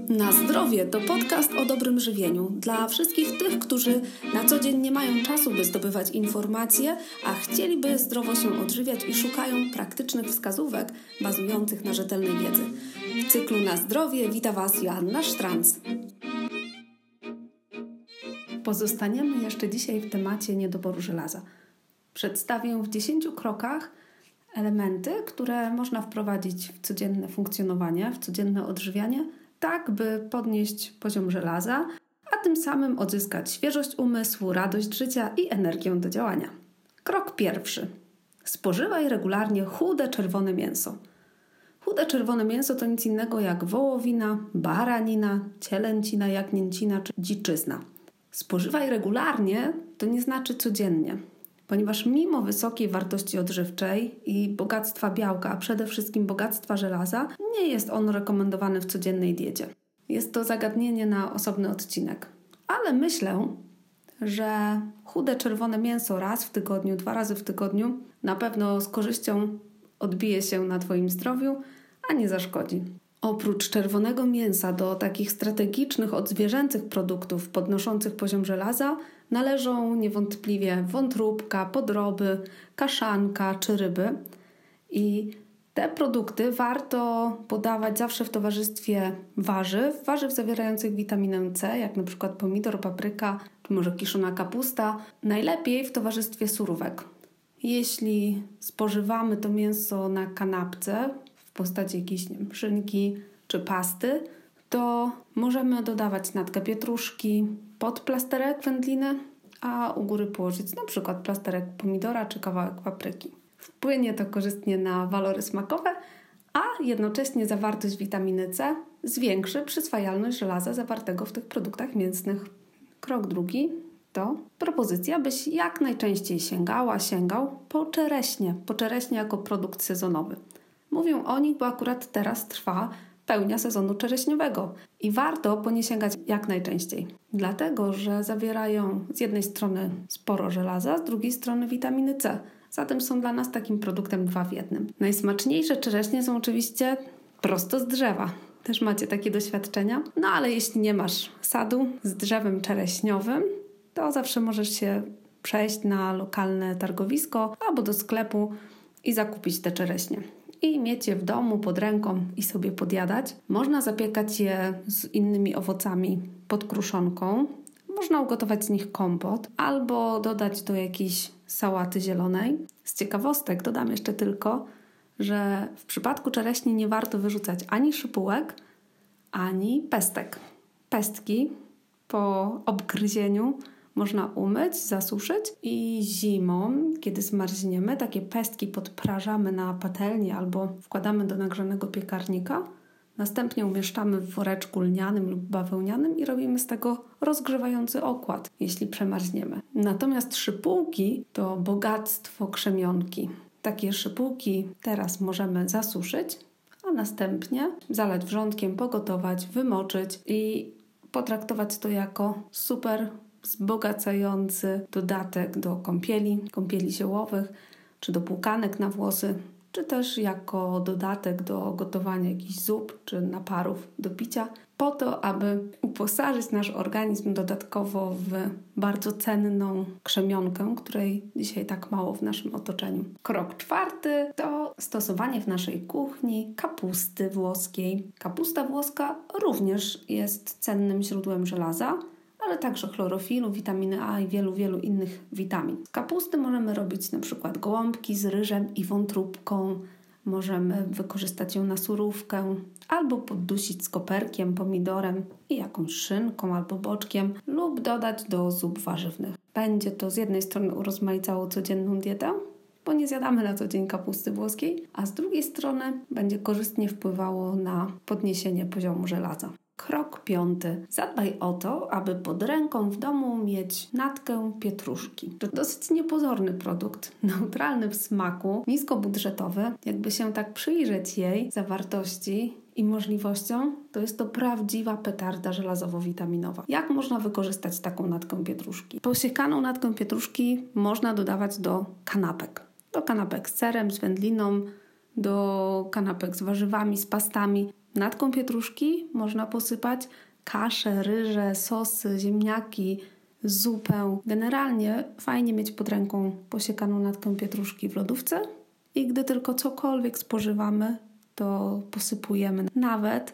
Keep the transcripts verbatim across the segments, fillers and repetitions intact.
Na zdrowie to podcast o dobrym żywieniu dla wszystkich tych, którzy na co dzień nie mają czasu, by zdobywać informacje, a chcieliby zdrowo się odżywiać i szukają praktycznych wskazówek bazujących na rzetelnej wiedzy. W cyklu Na zdrowie wita Was Joanna Sztranc. Pozostaniemy jeszcze dzisiaj w temacie niedoboru żelaza. Przedstawię w dziesięciu krokach elementy, które można wprowadzić w codzienne funkcjonowanie, w codzienne odżywianie, tak by podnieść poziom żelaza, a tym samym odzyskać świeżość umysłu, radość życia i energię do działania. Krok pierwszy. Spożywaj regularnie chude czerwone mięso. Chude czerwone mięso to nic innego jak wołowina, baranina, cielęcina, jagnięcina czy dziczyzna. Spożywaj regularnie to nie znaczy codziennie, ponieważ mimo wysokiej wartości odżywczej i bogactwa białka, a przede wszystkim bogactwa żelaza, nie jest on rekomendowany w codziennej diecie. Jest to zagadnienie na osobny odcinek. Ale myślę, że chude czerwone mięso raz w tygodniu, dwa razy w tygodniu na pewno z korzyścią odbije się na Twoim zdrowiu, a nie zaszkodzi. Oprócz czerwonego mięsa do takich strategicznych odzwierzęcych produktów podnoszących poziom żelaza należą niewątpliwie wątróbka, podroby, kaszanka czy ryby. I te produkty warto podawać zawsze w towarzystwie warzyw, warzyw zawierających witaminę C, jak na przykład pomidor, papryka czy może kiszona kapusta. Najlepiej w towarzystwie surówek. Jeśli spożywamy to mięso na kanapce w postaci jakiejś nie wiem, szynki czy pasty, to możemy dodawać natkę pietruszki pod plasterek wędliny, a u góry położyć na przykład plasterek pomidora czy kawałek papryki. Wpłynie to korzystnie na walory smakowe, a jednocześnie zawartość witaminy C zwiększy przyswajalność żelaza zawartego w tych produktach mięsnych. Krok drugi to propozycja, byś jak najczęściej sięgała, sięgał po czereśnie, po czereśnie jako produkt sezonowy. Mówię o nich, bo akurat teraz trwa pełnia sezonu czereśniowego i warto po nie sięgać jak najczęściej. Dlatego, że zawierają z jednej strony sporo żelaza, z drugiej strony witaminy C. Zatem są dla nas takim produktem dwa w jednym. Najsmaczniejsze czereśnie są oczywiście prosto z drzewa. Też macie takie doświadczenia? No ale jeśli nie masz sadu z drzewem czereśniowym, to zawsze możesz się przejść na lokalne targowisko albo do sklepu i zakupić te czereśnie. I mieć je w domu pod ręką i sobie podjadać. Można zapiekać je z innymi owocami pod kruszonką. Można ugotować z nich kompot albo dodać do jakiejś sałaty zielonej. Z ciekawostek dodam jeszcze tylko, że w przypadku czereśni nie warto wyrzucać ani szypułek, ani pestek. Pestki po obgryzieniu można umyć, zasuszyć i zimą, kiedy zmarzniemy, takie pestki podprażamy na patelni albo wkładamy do nagrzanego piekarnika. Następnie umieszczamy w woreczku lnianym lub bawełnianym i robimy z tego rozgrzewający okład, jeśli przemarzniemy. Natomiast szypułki to bogactwo krzemionki. Takie szypułki teraz możemy zasuszyć, a następnie zalać wrzątkiem, pogotować, wymoczyć i potraktować to jako super wzbogacający dodatek do kąpieli, kąpieli ziołowych, czy do płukanek na włosy, czy też jako dodatek do gotowania jakichś zup czy naparów do picia, po to, aby uposażyć nasz organizm dodatkowo w bardzo cenną krzemionkę, której dzisiaj tak mało w naszym otoczeniu. Krok czwarty to stosowanie w naszej kuchni kapusty włoskiej. Kapusta włoska również jest cennym źródłem żelaza, ale także chlorofilu, witaminy A i wielu, wielu innych witamin. Z kapusty możemy robić na przykład gołąbki z ryżem i wątróbką. Możemy wykorzystać ją na surówkę albo poddusić z koperkiem, pomidorem i jakąś szynką albo boczkiem lub dodać do zup warzywnych. Będzie to z jednej strony urozmaicało codzienną dietę, bo nie zjadamy na co dzień kapusty włoskiej, a z drugiej strony będzie korzystnie wpływało na podniesienie poziomu żelaza. Krok piąty. Zadbaj o to, aby pod ręką w domu mieć natkę pietruszki. To dosyć niepozorny produkt, neutralny w smaku, niskobudżetowy. Jakby się tak przyjrzeć jej zawartości i możliwościom, to jest to prawdziwa petarda żelazowo-witaminowa. Jak można wykorzystać taką natkę pietruszki? Posiekaną natkę pietruszki można dodawać do kanapek. Do kanapek z serem, z wędliną, do kanapek z warzywami, z pastami. Natką pietruszki można posypać kasze, ryże, sosy, ziemniaki, zupę. Generalnie fajnie mieć pod ręką posiekaną natkę pietruszki w lodówce i gdy tylko cokolwiek spożywamy, to posypujemy. Nawet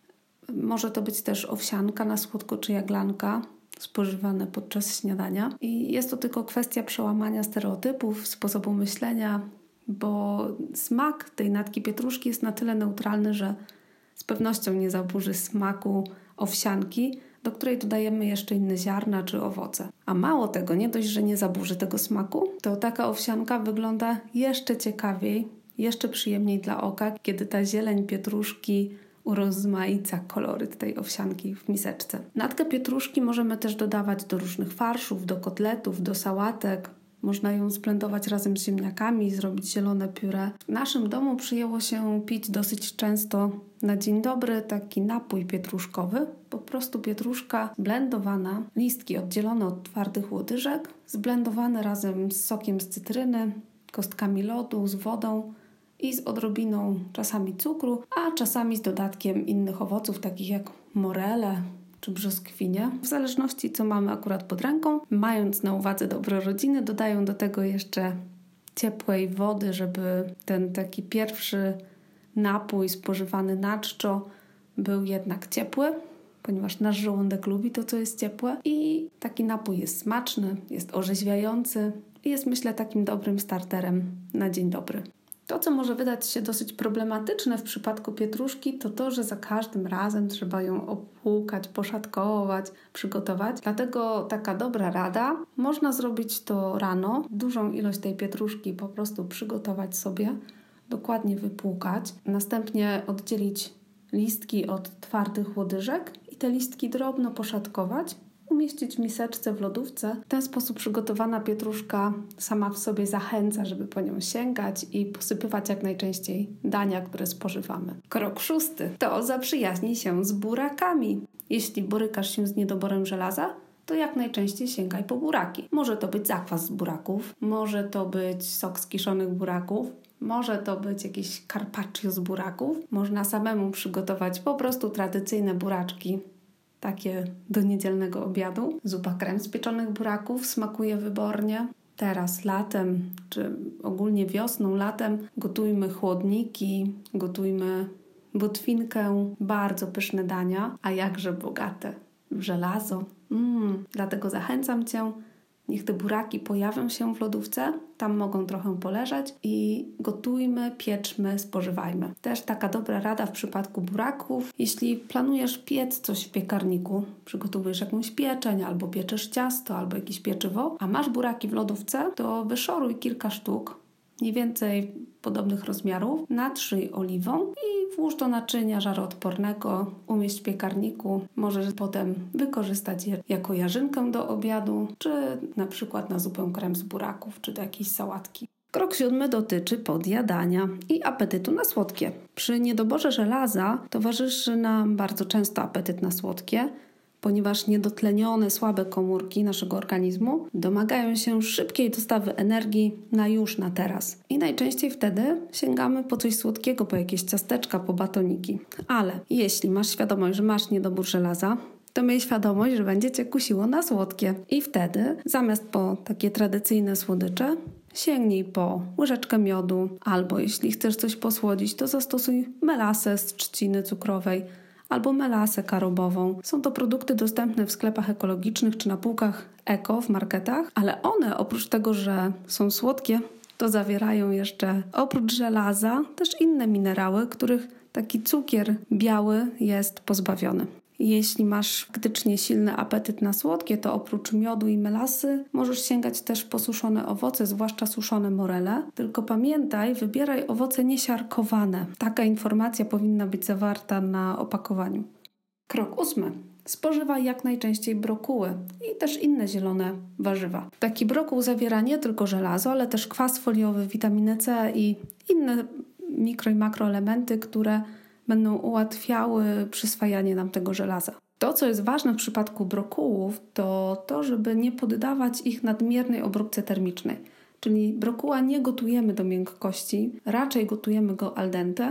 może to być też owsianka na słodko czy jaglanka spożywane podczas śniadania. I jest to tylko kwestia przełamania stereotypów, sposobu myślenia, bo smak tej natki pietruszki jest na tyle neutralny, że z pewnością nie zaburzy smaku owsianki, do której dodajemy jeszcze inne ziarna czy owoce. A mało tego, nie dość, że nie zaburzy tego smaku, to taka owsianka wygląda jeszcze ciekawiej, jeszcze przyjemniej dla oka, kiedy ta zieleń pietruszki urozmaica koloryt tej owsianki w miseczce. Natkę pietruszki możemy też dodawać do różnych farszów, do kotletów, do sałatek. Można ją zblendować razem z ziemniakami i zrobić zielone pióre. W naszym domu przyjęło się pić dosyć często na dzień dobry taki napój pietruszkowy. Po prostu pietruszka blendowana, listki oddzielone od twardych łodyżek, zblendowane razem z sokiem z cytryny, kostkami lodu, z wodą i z odrobiną czasami cukru, a czasami z dodatkiem innych owoców, takich jak morele czy brzoskwinie. W zależności co mamy akurat pod ręką. Mając na uwadze dobro rodziny, dodają do tego jeszcze ciepłej wody, żeby ten taki pierwszy napój spożywany na czczo był jednak ciepły, ponieważ nasz żołądek lubi to, co jest ciepłe. I taki napój jest smaczny, jest orzeźwiający i jest, myślę, takim dobrym starterem na dzień dobry. To, co może wydać się dosyć problematyczne w przypadku pietruszki, to to, że za każdym razem trzeba ją opłukać, poszatkować, przygotować. Dlatego taka dobra rada, można zrobić to rano, dużą ilość tej pietruszki po prostu przygotować sobie, dokładnie wypłukać, następnie oddzielić listki od twardych łodyżek i te listki drobno poszatkować, umieścić w miseczce w lodówce. W ten sposób przygotowana pietruszka sama w sobie zachęca, żeby po nią sięgać i posypywać jak najczęściej dania, które spożywamy. Krok szósty to zaprzyjaźnij się z burakami. Jeśli borykasz się z niedoborem żelaza, to jak najczęściej sięgaj po buraki. Może to być zakwas z buraków, może to być sok z kiszonych buraków, może to być jakieś carpaccio z buraków. Można samemu przygotować po prostu tradycyjne buraczki, takie do niedzielnego obiadu. Zupa krem z pieczonych buraków smakuje wybornie. Teraz latem, czy ogólnie wiosną, latem gotujmy chłodniki, gotujmy botwinkę. Bardzo pyszne dania, a jakże bogate w żelazo. Mm, dlatego zachęcam Cię, niech te buraki pojawią się w lodówce, tam mogą trochę poleżeć i gotujmy, pieczmy, spożywajmy. Też taka dobra rada w przypadku buraków. Jeśli planujesz piec coś w piekarniku, przygotowujesz jakąś pieczeń, albo pieczesz ciasto, albo jakieś pieczywo, a masz buraki w lodówce, to wyszoruj kilka sztuk, mniej więcej podobnych rozmiarów, natrzyj oliwą i włóż do naczynia żaroodpornego, umieść w piekarniku. Możesz potem wykorzystać je jako jarzynkę do obiadu, czy na przykład na zupę krem z buraków, czy do jakiejś sałatki. Krok siódmy dotyczy podjadania i apetytu na słodkie. Przy niedoborze żelaza towarzyszy nam bardzo często apetyt na słodkie, ponieważ niedotlenione, słabe komórki naszego organizmu domagają się szybkiej dostawy energii na już, na teraz. I najczęściej wtedy sięgamy po coś słodkiego, po jakieś ciasteczka, po batoniki. Ale jeśli masz świadomość, że masz niedobór żelaza, to miej świadomość, że będzie Cię kusiło na słodkie. I wtedy zamiast po takie tradycyjne słodycze, sięgnij po łyżeczkę miodu, albo jeśli chcesz coś posłodzić, to zastosuj melasę z trzciny cukrowej, albo melasę karobową. Są to produkty dostępne w sklepach ekologicznych czy na półkach eko w marketach, ale one oprócz tego, że są słodkie, to zawierają jeszcze oprócz żelaza też inne minerały, których taki cukier biały jest pozbawiony. Jeśli masz faktycznie silny apetyt na słodkie, to oprócz miodu i melasy możesz sięgać też po suszone owoce, zwłaszcza suszone morele. Tylko pamiętaj, wybieraj owoce niesiarkowane. Taka informacja powinna być zawarta na opakowaniu. Krok ósmy. Spożywaj jak najczęściej brokuły i też inne zielone warzywa. Taki brokuł zawiera nie tylko żelazo, ale też kwas foliowy, witaminę C i inne mikro- i makroelementy, które będą ułatwiały przyswajanie nam tego żelaza. To, co jest ważne w przypadku brokułów, to to, żeby nie poddawać ich nadmiernej obróbce termicznej. Czyli brokuła nie gotujemy do miękkości, raczej gotujemy go al dente,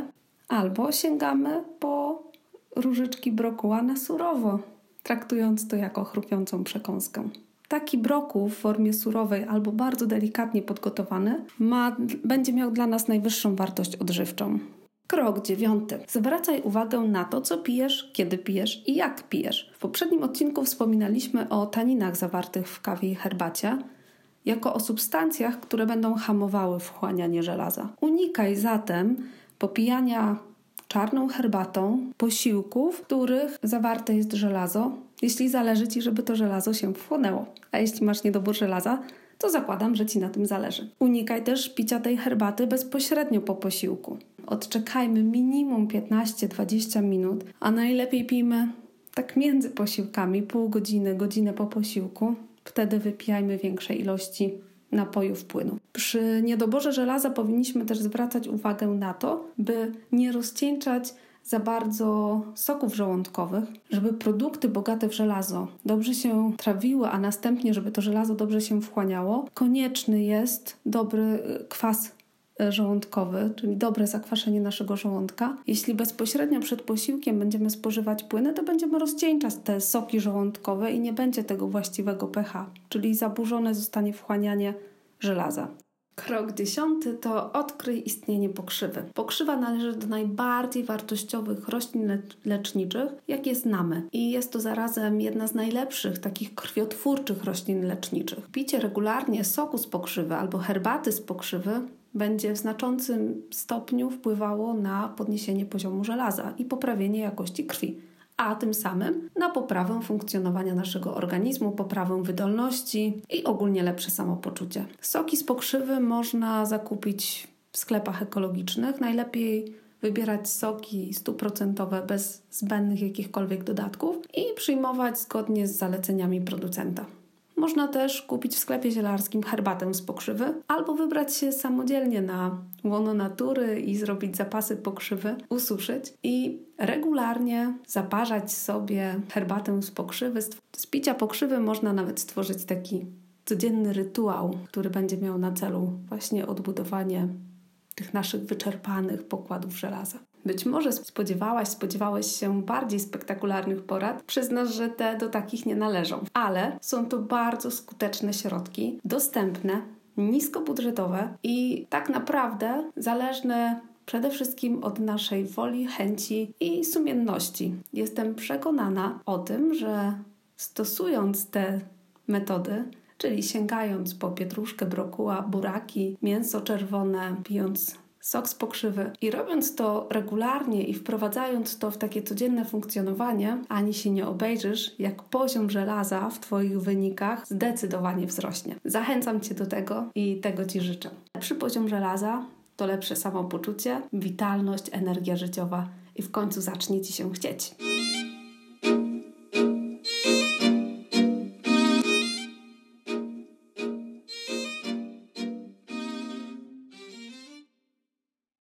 Albo sięgamy po różyczki brokuła na surowo, traktując to jako chrupiącą przekąskę. Taki brokuł w formie surowej albo bardzo delikatnie podgotowany ma, będzie miał dla nas najwyższą wartość odżywczą. Krok dziewiąty. Zwracaj uwagę na to, co pijesz, kiedy pijesz i jak pijesz. W poprzednim odcinku wspominaliśmy o taninach zawartych w kawie i herbacie, jako o substancjach, które będą hamowały wchłanianie żelaza. Unikaj zatem popijania czarną herbatą posiłków, w których zawarte jest żelazo, jeśli zależy Ci, żeby to żelazo się wchłonęło. A jeśli masz niedobór żelaza, to zakładam, że Ci na tym zależy. Unikaj też picia tej herbaty bezpośrednio po posiłku. Odczekajmy minimum piętnaście do dwudziestu minut, a najlepiej pijmy tak między posiłkami, pół godziny, godzinę po posiłku. Wtedy wypijajmy większe ilości napojów płynu. Przy niedoborze żelaza powinniśmy też zwracać uwagę na to, by nie rozcieńczać za bardzo soków żołądkowych, żeby produkty bogate w żelazo dobrze się trawiły, a następnie, żeby to żelazo dobrze się wchłaniało, konieczny jest dobry kwas żołądkowy, czyli dobre zakwaszenie naszego żołądka. Jeśli bezpośrednio przed posiłkiem będziemy spożywać płyny, to będziemy rozcieńczać te soki żołądkowe i nie będzie tego właściwego pH, czyli zaburzone zostanie wchłanianie żelaza. Krok dziesiąty to odkryj istnienie pokrzywy. Pokrzywa należy do najbardziej wartościowych roślin le- leczniczych, jakie znamy. I jest to zarazem jedna z najlepszych, takich krwiotwórczych roślin leczniczych. Picie regularnie soku z pokrzywy albo herbaty z pokrzywy będzie w znaczącym stopniu wpływało na podniesienie poziomu żelaza i poprawienie jakości krwi, a tym samym na poprawę funkcjonowania naszego organizmu, poprawę wydolności i ogólnie lepsze samopoczucie. Soki z pokrzywy można zakupić w sklepach ekologicznych. Najlepiej wybierać soki stuprocentowe bez zbędnych jakichkolwiek dodatków i przyjmować zgodnie z zaleceniami producenta. Można też kupić w sklepie zielarskim herbatę z pokrzywy albo wybrać się samodzielnie na łono natury i zrobić zapasy pokrzywy, ususzyć i regularnie zaparzać sobie herbatę z pokrzywy. Z picia pokrzywy można nawet stworzyć taki codzienny rytuał, który będzie miał na celu właśnie odbudowanie tych naszych wyczerpanych pokładów żelaza. Być może spodziewałaś, spodziewałeś się bardziej spektakularnych porad. Przyznasz, że te do takich nie należą. Ale są to bardzo skuteczne środki, dostępne, niskobudżetowe i tak naprawdę zależne przede wszystkim od naszej woli, chęci i sumienności. Jestem przekonana o tym, że stosując te metody, czyli sięgając po pietruszkę, brokuła, buraki, mięso czerwone, pijąc sok z pokrzywy i robiąc to regularnie i wprowadzając to w takie codzienne funkcjonowanie, ani się nie obejrzysz, jak poziom żelaza w Twoich wynikach zdecydowanie wzrośnie. Zachęcam Cię do tego i tego Ci życzę. Lepszy poziom żelaza to lepsze samopoczucie, witalność, energia życiowa i w końcu zacznie Ci się chcieć.